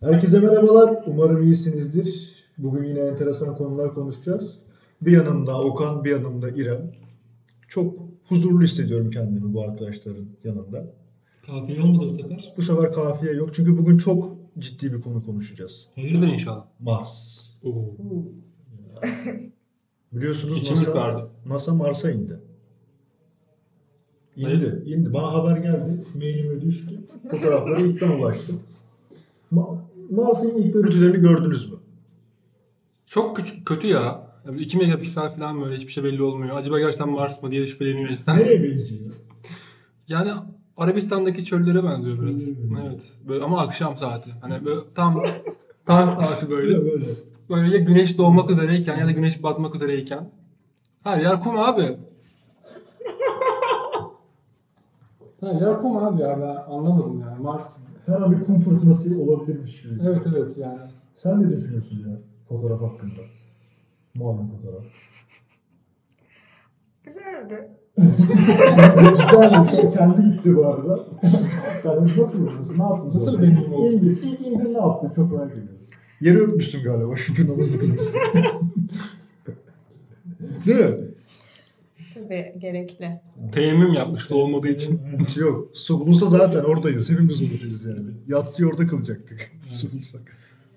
Herkese merhabalar. Umarım iyisinizdir. Bugün yine enteresan konular konuşacağız. Bir yanımda Okan, bir yanımda İrem. Çok huzurlu hissediyorum kendimi bu arkadaşların yanında. Kafiye olmadı bu sefer. Bu sefer kafiye yok çünkü bugün çok ciddi bir konu konuşacağız. Hayırdır inşallah. Mars. Oo. Biliyorsunuz İçimiz NASA, kardı. NASA Mars'a indi. Hayır. İndi. Bana haber geldi. Mailime düştü. Fotoğrafları ilk ben ulaştım. Mars'ın ilk görüntülerini gördünüz mü? Çok küçük, kötü ya. Yani 2 megapiksel falan böyle hiçbir şey belli olmuyor. Acaba gerçekten Mars mı diye şüpheleniyor insan. Nereye benziyor? Yani Arabistan'daki çöllere benziyor biraz. Çöllere benziyor. Evet. Böyle, ama akşam saati. Hani böyle tam saati böyle. Böyle. Böyle ya güneş doğmak üzereyken ya da güneş batmak üzereyken. Her yer kum abi. Her yer kum abi ya, ben anlamadım yani. Mars. Her an bir kum fırtınası olabilirmiş gibi. Evet yani. Sen ne düşünüyorsun ya fotoğraf hakkında? Malum fotoğraf. Güzeldi. Güzel. Sen kendi gitti bu arada. Yani nasıl yapıyorsun? Ne yaptın sonra? Nasıl benim oldu? İndir ne yaptın? Çok merak ediyorum. Yeri öpmüşsün galiba. Şükür namazı kılmışsın. Değil mi? Tabii gerekli. Teyemmüm yapmıştı olmadığı için. Yok. Su bulunsa zaten oradayız. Hepimiz oradayız yani. Yatsıyı orada kılacaktık. Su bulsak.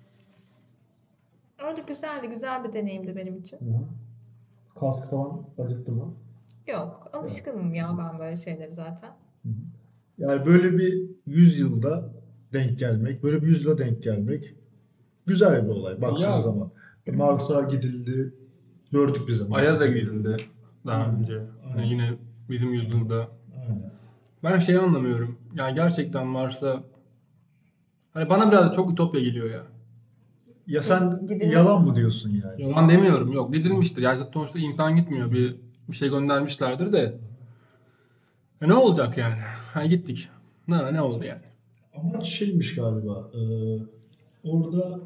Öyle güzeldi. Güzel bir deneyimdi benim için. Hı hı. Kask falan acıttı mı? Yok. Alışkınım ya ben böyle şeyleri zaten. Hı hı. Yani böyle bir 100 yılda denk gelmek, böyle bir 100 yıla denk gelmek güzel bir olay baktığın Ya. zaman. Mars'a gidildi, gördük biz de Ay'a da Mars'ı. gidildi daha Aynen, önce. aynen. Yine bizim yüzyılda. Aynen. Ben şeyi anlamıyorum. Yani gerçekten Mars'ta hani bana biraz da çok ütopya geliyor ya. Ya sen Gidilmez yalan mi? mı diyorsun yani? Yalan demiyorum. Yok, gidilmiştir. Yani sonuçta insan gitmiyor. Bir şey göndermişlerdir de. Ne olacak yani? Ha, gittik. Ne oldu yani? Amaç şeymiş galiba, orada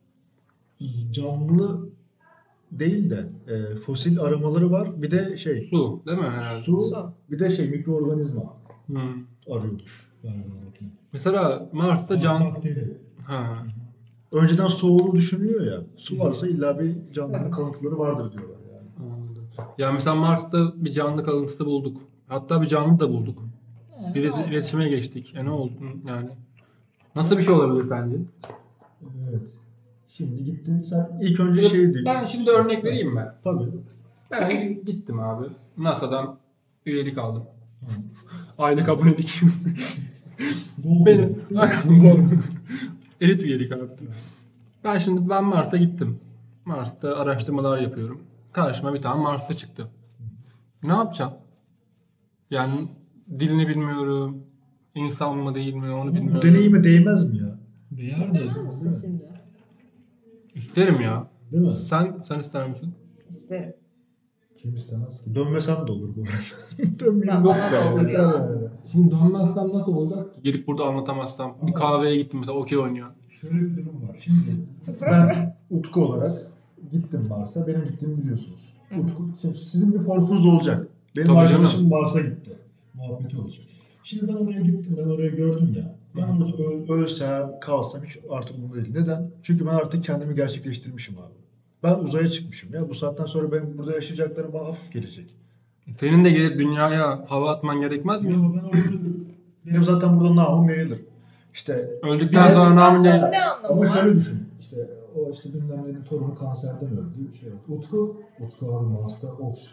canlı değil de fosil aramaları var. Bir de şey, Su değil mi herhalde? Su. bir de şey mikroorganizma Hmm. arıyormuş galiba. Mesela Mars'ta Bakteri. Ha. Önceden su olduğu düşünülüyor ya. Su varsa illa bir canlının Evet. kalıntıları vardır diyorlar yani. Anladım. Ya mesela Mars'ta bir canlı kalıntısı bulduk. Hatta bir canlı da bulduk. Bir Ne oldu? iletişime geçtik. Ne oldu yani? Nasıl bir şey olabilir bence? Evet. Şimdi gittin sen ilk önce şey diyor. Ben şimdi örnek vereyim mi? Tabii. Ben gittim abi. NASA'dan üyelik aldım. Aylık abonelik. Benim. Elit üyelik abi. Ben Mars'a gittim. Mars'ta araştırmalar yapıyorum. Karşıma bir tane Mars'ta çıktı. Ne yapacağım? Yani dilini bilmiyorum. İnsan mı değil mi onu Bu bilmiyorum. deneyime değmez mi ya? Değer İstemez mi? misin şimdi? İsterim ya. Değil mi? Sen ister misin? İsterim. Kim istemez ki? Dönmesem de olur bu arada. Dönmeyeyim. Ben Yok bana da be. olur ya. Yani. Şimdi dönmezsem nasıl olacak ki? Gelip burada anlatamazsam. Bir kahveye gittim mesela, okey oynuyor. Şöyle bir durum var. Şimdi ben Utku olarak gittim Mars'a. Benim gittiğimi biliyorsunuz. Hı. Utku, sizin bir forsunuz olacak. Benim Tabii arkadaşım canım. Mars'a gitti. Muhabbeti olacak. Şimdi ben oraya gittim, ben oraya gördüm ya. Ben orada ölsem, kalsam hiç artık umurumda değil. Neden? Çünkü ben artık kendimi gerçekleştirmişim abi. Ben uzaya çıkmışım ya. Bu saatten sonra benim burada yaşayacaklarım bana hafif gelecek. Senin de gelip dünyaya hava atman gerekmez mi? Yo, ben orada benim zaten burada namım yayılır. İşte Öldükten sonra namın Sonra değil. ne anlamı ama var? şöyle düşün. İşte o işte bilmem nenin torunu kanserden öldü. Şey, Utku abi Mars'ta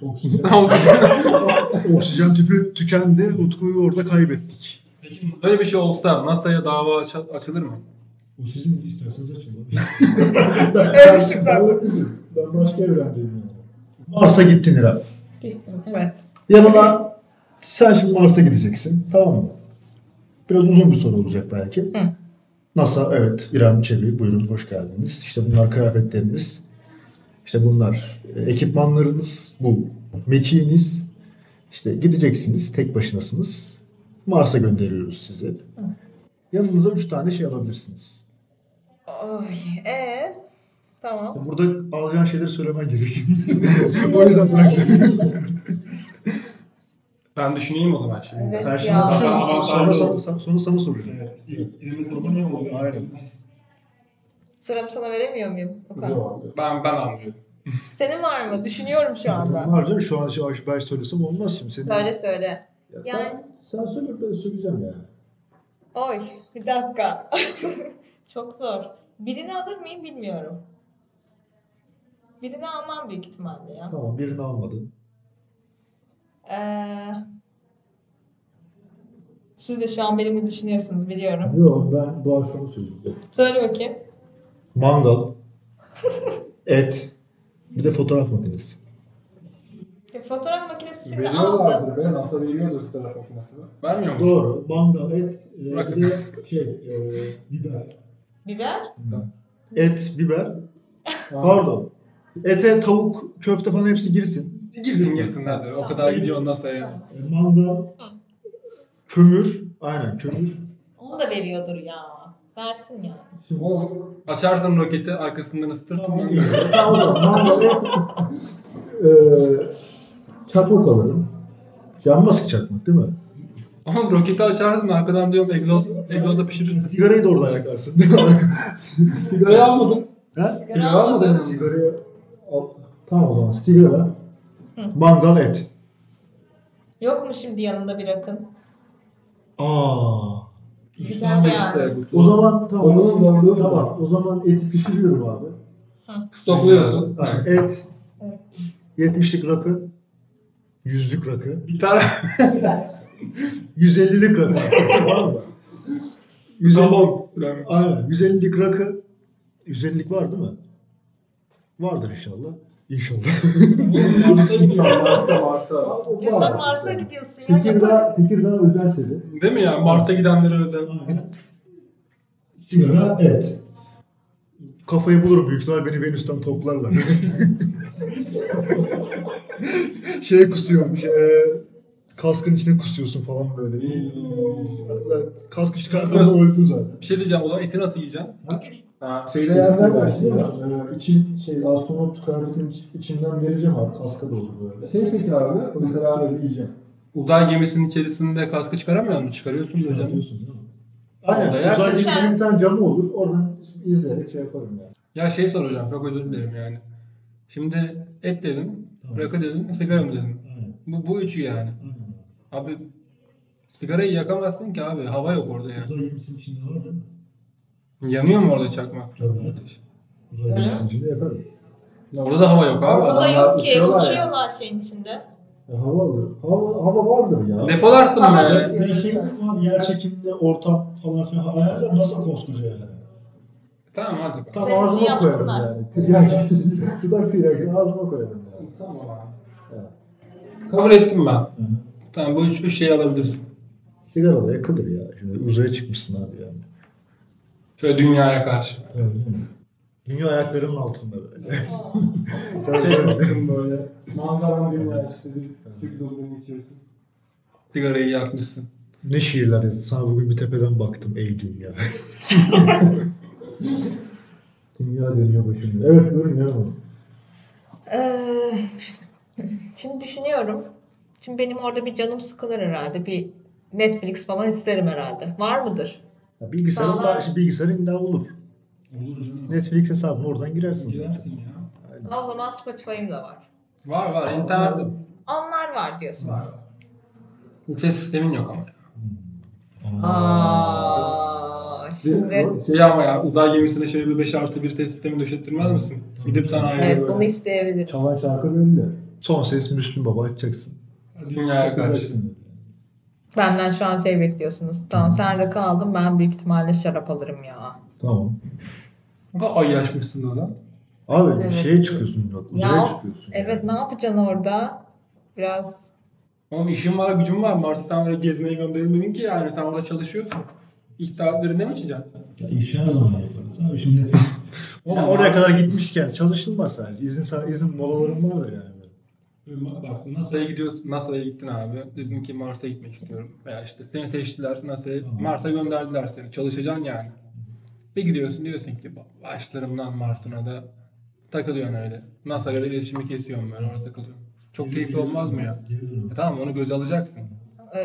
oksijen tüpü tükendi. Utku'yu orada kaybettik. Peki böyle bir şey olsa NASA'ya dava açılır mı? O sizin isterseniz açın. Ölmüşüm Ben başka evrendeyim yani. Mars'a gittin İrem. Gittim. Evet. Yanına sen şimdi Mars'a gideceksin. Tamam mı? Biraz uzun bir soru olacak belki. Hı. NASA, evet. İrem Çebi, buyurun hoş geldiniz. İşte bunlar kıyafetleriniz. İşte bunlar ekipmanlarınız. Bu mekiğiniz. İşte gideceksiniz, tek başınasınız. Mars'a gönderiyoruz sizi. Yanınıza 3 tane şey alabilirsiniz. Oy. Tamam. İşte burada alacağın şeyleri söylemen gerekiyor. O yüzden bıraktım. Ben düşüneyim o zaman şimdi. Evet Sen şimdi ya. düşün. Tamam, Sonra sana soracağım. Evet. İlmi sorma ne olur? Aynen. Sıramı sana veremiyor muyum? Okan. Yok. Ben anlıyorum. Senin var mı? Düşünüyorum şu anda. Var canım şu an ben söylesem olmaz şimdi. Senin... Söyle söyle. Ya Yani- sen söyle ben söyleyeceğim yani. Oy, bir dakika. Çok zor. Birini alır mıyım bilmiyorum. Birini almam büyük ihtimalle ya. Tamam birini almadın. Siz de şu an benimle düşünüyorsunuz biliyorum. Yok ben doğaçlama söyleyeceğim. Söyle bakayım. Mangal, et, bir de fotoğraf makinesi. Fotoğraf makinesi şimdi aldım. Veriyorlardır be. NASA veriyordur fotoğraf makinesini. Vermiyor mu? Doğru. Mangal, et, Bırakın. bir de biber. Biber. Et, biber. Pardon. Ete, tavuk, köfte falan hepsi girsin. Girsin hadi. O kadar gidiyor ondan sonra yani. Mangal, kömür. Aynen kömür. Onu da veriyordur ya. Versin ya. Şimdi Açarsın roketi arkasından ısıtırsın. tamam. Tamam. Mangal, et, çakmak alırım. Yanmaz ki çakmak değil mi? Ama roketi açarsın arkadan diyorum egzoda pişirirsin. Sigarayı da orada yakarsın. Sigarayı almadın. Ha? Sigara almadın. Sigarayı al. Tamam o zaman sigara, mangal, et. Yok mu şimdi yanında bir akın? Aa. Güzel Ama yani. işte O zaman tamam. Konunun doğruluğu Tamam. O zaman eti pişiriyorum abi. stokluyorsun. Yani et Evet. 70'lik rakı, 100'lük rakı, Bir tane 150'lik rakı. Var mı? 150, galon. aynen. 150'lik rakı. 150'lik var değil mi? Vardır inşallah. İnşallah. Mars'a gidiyor. Mars'a. Ya sen Var. Mars'a gidiyorsun ya. Tekirdağ özel seri. Değil mi ya? Mart'a gidenlere özel. Aynen. Sigara, et. Kafayı bulurum büyük ihtimal beni Venüs'ten toplarlar. Kusuyormuş. Kaskın içine kusuyorsun falan böyle. Kaskı çıkardığında öldün zaten. Bir şey diyeceğim. O zaman eti nasıl yiyeceksin? Ha? Ha, Şeyde Nereden yerler versin versin ya. ya? Astronot kıyafetin içinden vereceğim abi. Kaska da olur böyle. Şey peki abi. Mesela Böyle yiyeceğim. uzay gemisinin içerisinde kaskı çıkaramıyor musun? Çıkarıyorsun hocam. Yapıyorsun değil mi? Orada Aynen. yersin. Uzay gemisinin bir tane camı olur. Oradan izleyerek yaparım yani. Ya soracağım. Çok özür dilerim yani. Şimdi et dedim. Tamam. Rakı dedim. Sigara mı dedim? Aynen. Bu üçü yani. Aynen. Abi sigarayı yakamazsın ki abi. Hava yok orada yani. Uzay gemisinin içinde var değil mi? Yanıyor mu orada çakmak? Tabii canım. Ateş. Uzay gemisinin içinde yakarım. Orada da hava yok abi. Orada da Adamlar yok ki. uçuyorlar ya. Uçuyorlar şeyin içinde. Hava alır. Hava vardır ya. Depolarsın Tamam, be. istiyorum. Bir şey var. Yer çekimli ortam falan filan ayarlar. Nasıl koskoca yani? Tamam hadi. Tam Senin için ağzıma koyarım yapsınlar. yani. Tiryaki. Dudak tiryaki ağzıma koyarım yani. Tamam abi. Evet. Kabul ettim ben. Hı. Tamam bu üç şeyi alabilirsin. Sigara da yakılır ya. Şimdi uzaya çıkmışsın abi yani. Şöyle dünyaya karşı. Tabii değil mi? Dünya ayaklarının altında böyle. çekmiştim böyle. Manzaran dünya işte. Bir sıkıldığını içiyorsun. Sigarayı yakmışsın. Ne şiirler yazdı. Sana bugün bir tepeden baktım ey dünya. Dünya dönüyor başımda. Evet buyurun yanıma. Şimdi düşünüyorum. Şimdi benim orada bir canım sıkılır herhalde. Bir Netflix falan isterim herhalde. Var mıdır? Ya bilgisayarın Sağlar. var. Şimdi bilgisayarın illa olur. Olur canım. Netflix hesabına oradan girersin. Girersin ya. Aynen. O zaman Spotify'ım da var. Var. İnternette Onlar var diyorsunuz. ses sistemin yok ama ya. Şimdi Bir ama ya uzay gemisine şöyle bir 5+1 ses sistemi döşettirmez misin? Gidip sana ayrı evet böyle. bunu isteyebiliriz. Çalan şarkı belli. Son ses Müslüm Baba açacaksın. Dünyaya karşı. Açacaksın. Benden şu an bekliyorsunuz. Tamam sen rakı aldın ben büyük ihtimalle şarap alırım ya. Tamam. Bu kadar ay yaşmışsın adam. Abi Evet. şeye çıkıyorsun bak. Uzaya Ya, çıkıyorsun. Evet ne yapacaksın orada? Biraz Oğlum işin var gücün var. Mart'ı sen öyle gezmeye gönderilmedin ki yani. Sen orada çalışıyorsun. İş saatlerinde mi içeceksin? Ya iş her zaman yaparız abi. Şimdi Oğlum, ya oraya Mars- kadar gitmişken çalışılmaz sadece. İzin molalarım vardır yani. Bak NASA'ya gidiyorsun. NASA'ya gittin abi. Dedin ki Mars'a gitmek istiyorum. Veya işte seni seçtiler. NASA'ya Tamam. Mars'a gönderdiler seni. Çalışacaksın yani. Bir gidiyorsun diyorsun ki başlarımdan Mars'ına da takılıyorsun öyle. NASA'yla da iletişimi kesiyorsun böyle orada takılıyorsun. Çok keyifli olmaz mı ya? Tamam onu göze alacaksın.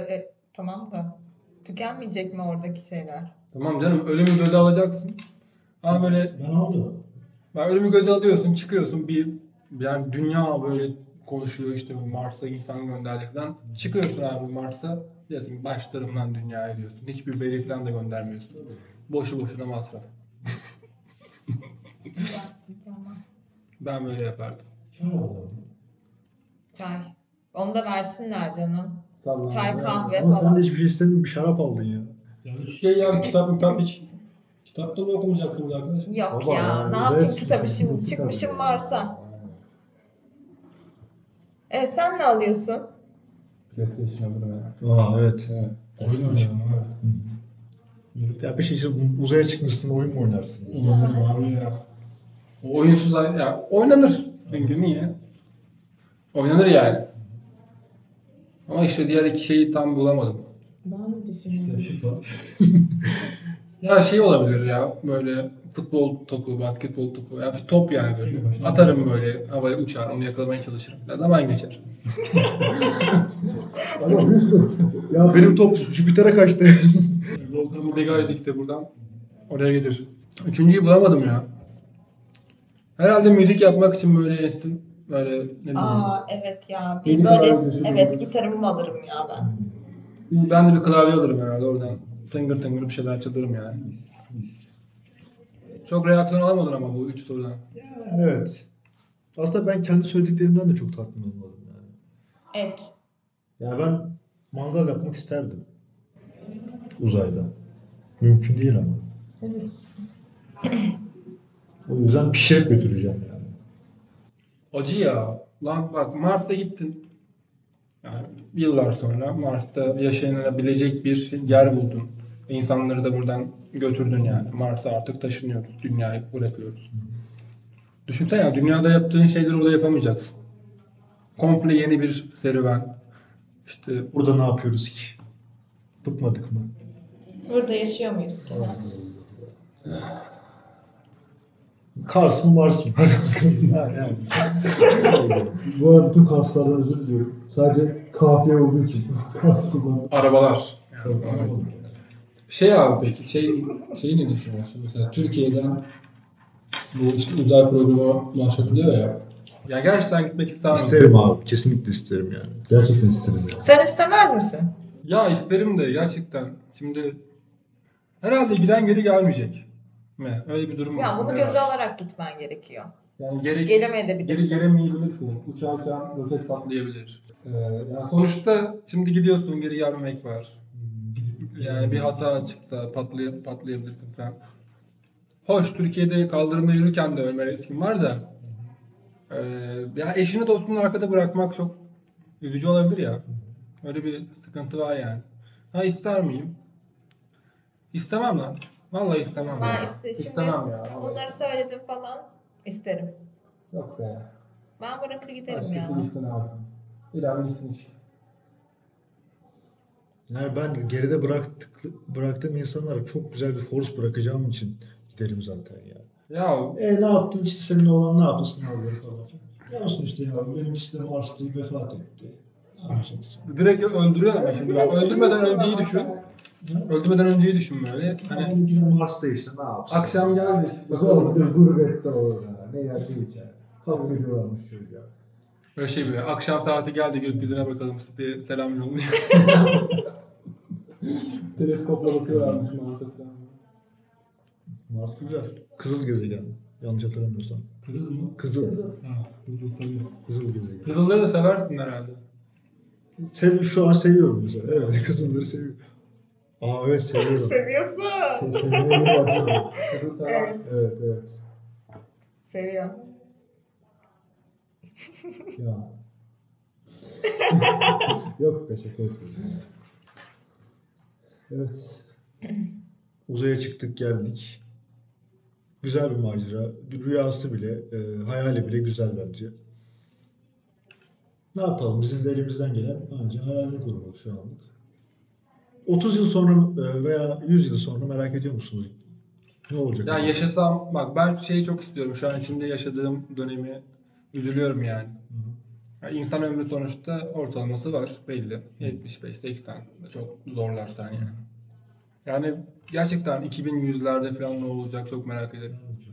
tamam da tükenmeyecek mi oradaki şeyler? Tamam canım ölümü göze alacaksın. Ama böyle Ben aldım. ölümü göze alıyorsun, çıkıyorsun yani dünya böyle konuşuyor işte Mars'a insan gönderdi falan. Çıkıyorsun abi Mars'a diyorsun ki başlarım lan dünyaya diyorsun. Hiçbir veri falan da göndermiyorsun. Boşu boşuna masraf. Ben böyle yapardım. Çay. Onu da versinler canım. Sağ Çay, kahve Ama sen falan. de hiçbir şey istemiyorsun. Bir şarap aldın ya. Şey ya kitap hiç. Kitapta mı okumayacaksınız arkadaşlar? Yok Baba ya, ya, ne uzaya yapayım çıkmışsın, kitabı şimdi oku çıkmışım tabii. varsa. Sen ne alıyorsun? PlayStation alırım yani. Aa evet. Evet. Oyun oynayalım abi. Ya bir şey işte uzaya çıkmışsın oyun mu oynarsın? Oynayalım abi ya. O oyunsuz ya oynanır. Çünkü niye? Oynanır yani. Ama işte diğer iki şeyi tam bulamadım. Ben de düşünüyorum. FIFA. Ya şey olabilir ya böyle futbol topu, basketbol topu. Ya bir top yani böyle. Atarım böyle havaya uçar onu yakalamaya çalışırım. Ya zaman geçer. Ama Houston. Ya benim top Jüpiter'e kaçtı. Volkan'ı degaj dikse buradan oraya gelir. Üçüncüyü bulamadım ya. Herhalde müzik yapmak için böyle ne bileyim. Evet ya. Bir Yedi böyle klavye düşünüyoruz. evet gitarımı alırım ya ben. Ben de bir klavye alırım herhalde oradan. Tıngır tıngır bir şeyler çalarım yani. Çok reaksiyon alamadın ama bu üç sorudan. Evet. Aslında ben kendi söylediklerimden de çok tatmin olmadım yani. Evet. Ya ben mangal yapmak isterdim. Uzayda. Mümkün değil ama. Evet. O yüzden pişirip götüreceğim yani. Acı ya. Lan bak Mars'a gittin. Yani yıllar sonra Mars'ta yaşanabilecek bir yer buldun. İnsanları da buradan götürdün yani. Mars'a artık taşınıyoruz. Dünyayı bırakıyoruz. Düşünsene ya dünyada yaptığın şeyleri orada yapamayacaksın. Komple yeni bir serüven. İşte Burada ne yapıyoruz ki? Bıkmadık mı? Burada yaşıyor muyuz ki? Kars mı Mars mı? Hadi bakalım. Yani. Bu arada bütün Karslardan özür diliyorum. Sadece kafiye olduğu için Kars kullandım. arabalar. Yani Tabii arabalar. Şey abi peki şey ne düşünüyorsun? Mesela Türkiye'den bu işte uzay programı başlatılıyor ya. Ya gerçekten gitmek ister misin? İsterim abi. Kesinlikle isterim yani. Gerçekten isterim yani. Sen istemez misin? Ya isterim de gerçekten. Şimdi herhalde giden geri gelmeyecek mi? Öyle bir durum var. Ya bunu Ne göze var? alarak gitmen gerekiyor. Yani Gelemeyebilirsin. geri gelemeyebilirsin. Uçarken roket patlayabilir. Yani sonuçta şimdi gidiyorsun geri gelmek var. Yani bir hata çıktı patlayabilirsin falan. Hoş Türkiye'de kaldırımda yürürken de ölme riskin var da ya eşini dostunu arkada bırakmak çok üzücü olabilir ya. Öyle bir sıkıntı var yani. Ha ister miyim? İstemem lan. Vallahi istemem Ben ya. şimdi İstemem ya. vallahi. bunları söyledim falan isterim. Yok be. Ben bırakır giderim Başkası ya. gitsin abi. İrem gitsin işte. Yani ben geride bıraktığım insanlara çok güzel bir force bırakacağım için giderim zaten ya. Ya Ne yaptın işte senin oğlan ne yaptı sınavları falan. Ne olsun işte ya benimkisi de Mars'ta vefat etti. Ne yapacaksın? direkt öldürüyorlar ama şimdi bak. Öldürmeden önceyi Ama düşün. ben- Öldürmeden önceyi düşün böyle. Ama Hani benimki de Mars'ta işte ne yapsın? akşam geldi. Bakalım bir gurbette orada. Ne yer ne içer. Hap veriyorlarmış çocuğa. Böyle şey böyle akşam saati geldi gökyüzüne bakalım bir selam yolluyor. Teleskopla bakıyorlarmış Mars'a falan. Mars güzel. Kızıl gezegen. Yanlış hatırlamıyorsam. Kırıl mı? Kızıl. Ha, kırıl tabii. Kızıl gezegen. Kızılları da seversin herhalde. Şu an seviyorum mesela. Evet, kızılları seviyorum. Aa evet seviyorum. Seviyorsun. Sevmeye yeni başladım. Kızıl sever. Evet. Evet evet. Seviyor. Ya. Yok be şaka yapıyorum. Evet. Uzaya çıktık geldik. Güzel bir macera. Rüyası bile, hayali bile güzel bence. Ne yapalım? Bizim de elimizden gelen ancak hayalini kurmak şu anlık. 30 yıl sonra veya 100 yıl sonra merak ediyor musunuz? Ne olacak? Ya acaba? yaşasam bak ben şeyi çok istiyorum. Şu an içinde yaşadığım dönemi üzülüyorum yani. Ya insan ömrü sonuçta ortalaması var belli. 75-80 çok zorlarsan yani. Yani gerçekten 2100'lerde falan ne olacak çok merak ederim.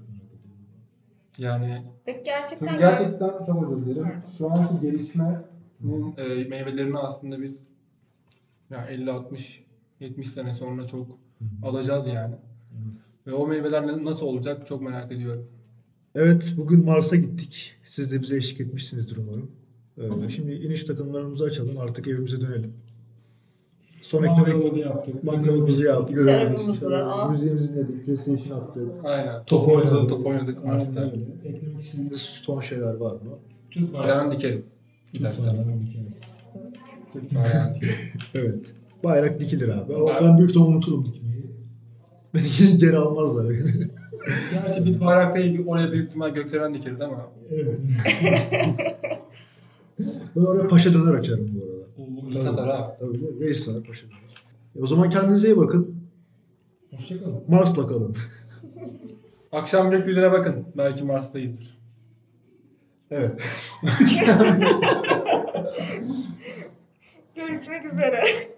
Yani Peki Çünkü gerçekten gerçekten çok özür dilerim. Şu anki gelişmenin meyvelerini aslında biz yani 50 60 70 sene sonra çok alacağız yani. Ve o meyveler nasıl olacak çok merak ediyorum. Evet, bugün Mars'a gittik. Siz de bize eşlik etmişsinizdir umarım. Şimdi iniş takımlarımızı açalım, artık evimize dönelim. Son mangalımızı eklemek yaptık. mangalımızı yaptık. Şarabımızı al. Müziğimizi dinledik, PlayStation attık. Aynen. Top oynadık. Top oynadık Aynen Mars'ta. öyle. Eklemek istediğiniz son şeyler var mı? Türk Bayrağını dikelim. Gidersen. Türk bayrağını dikelim. Evet. Bayrak dikilir abi. Ama Ben- ben büyük ihtimalle unuturum dikmeyi. Beni geri almazlar. Gerçi bir bayrak değil, oraya büyük ihtimal gökdelen dikeriz ama. Evet. Ben oraya paşa döner açarım bu arada. Satar ha. Tabii canım. Reis var, paşa döner. O zaman kendinize iyi bakın. Hoşçakalın. Mars'la kalın. Akşam gökyüzüne bakın. Belki Mars'tayızdır. Evet. Görüşmek üzere.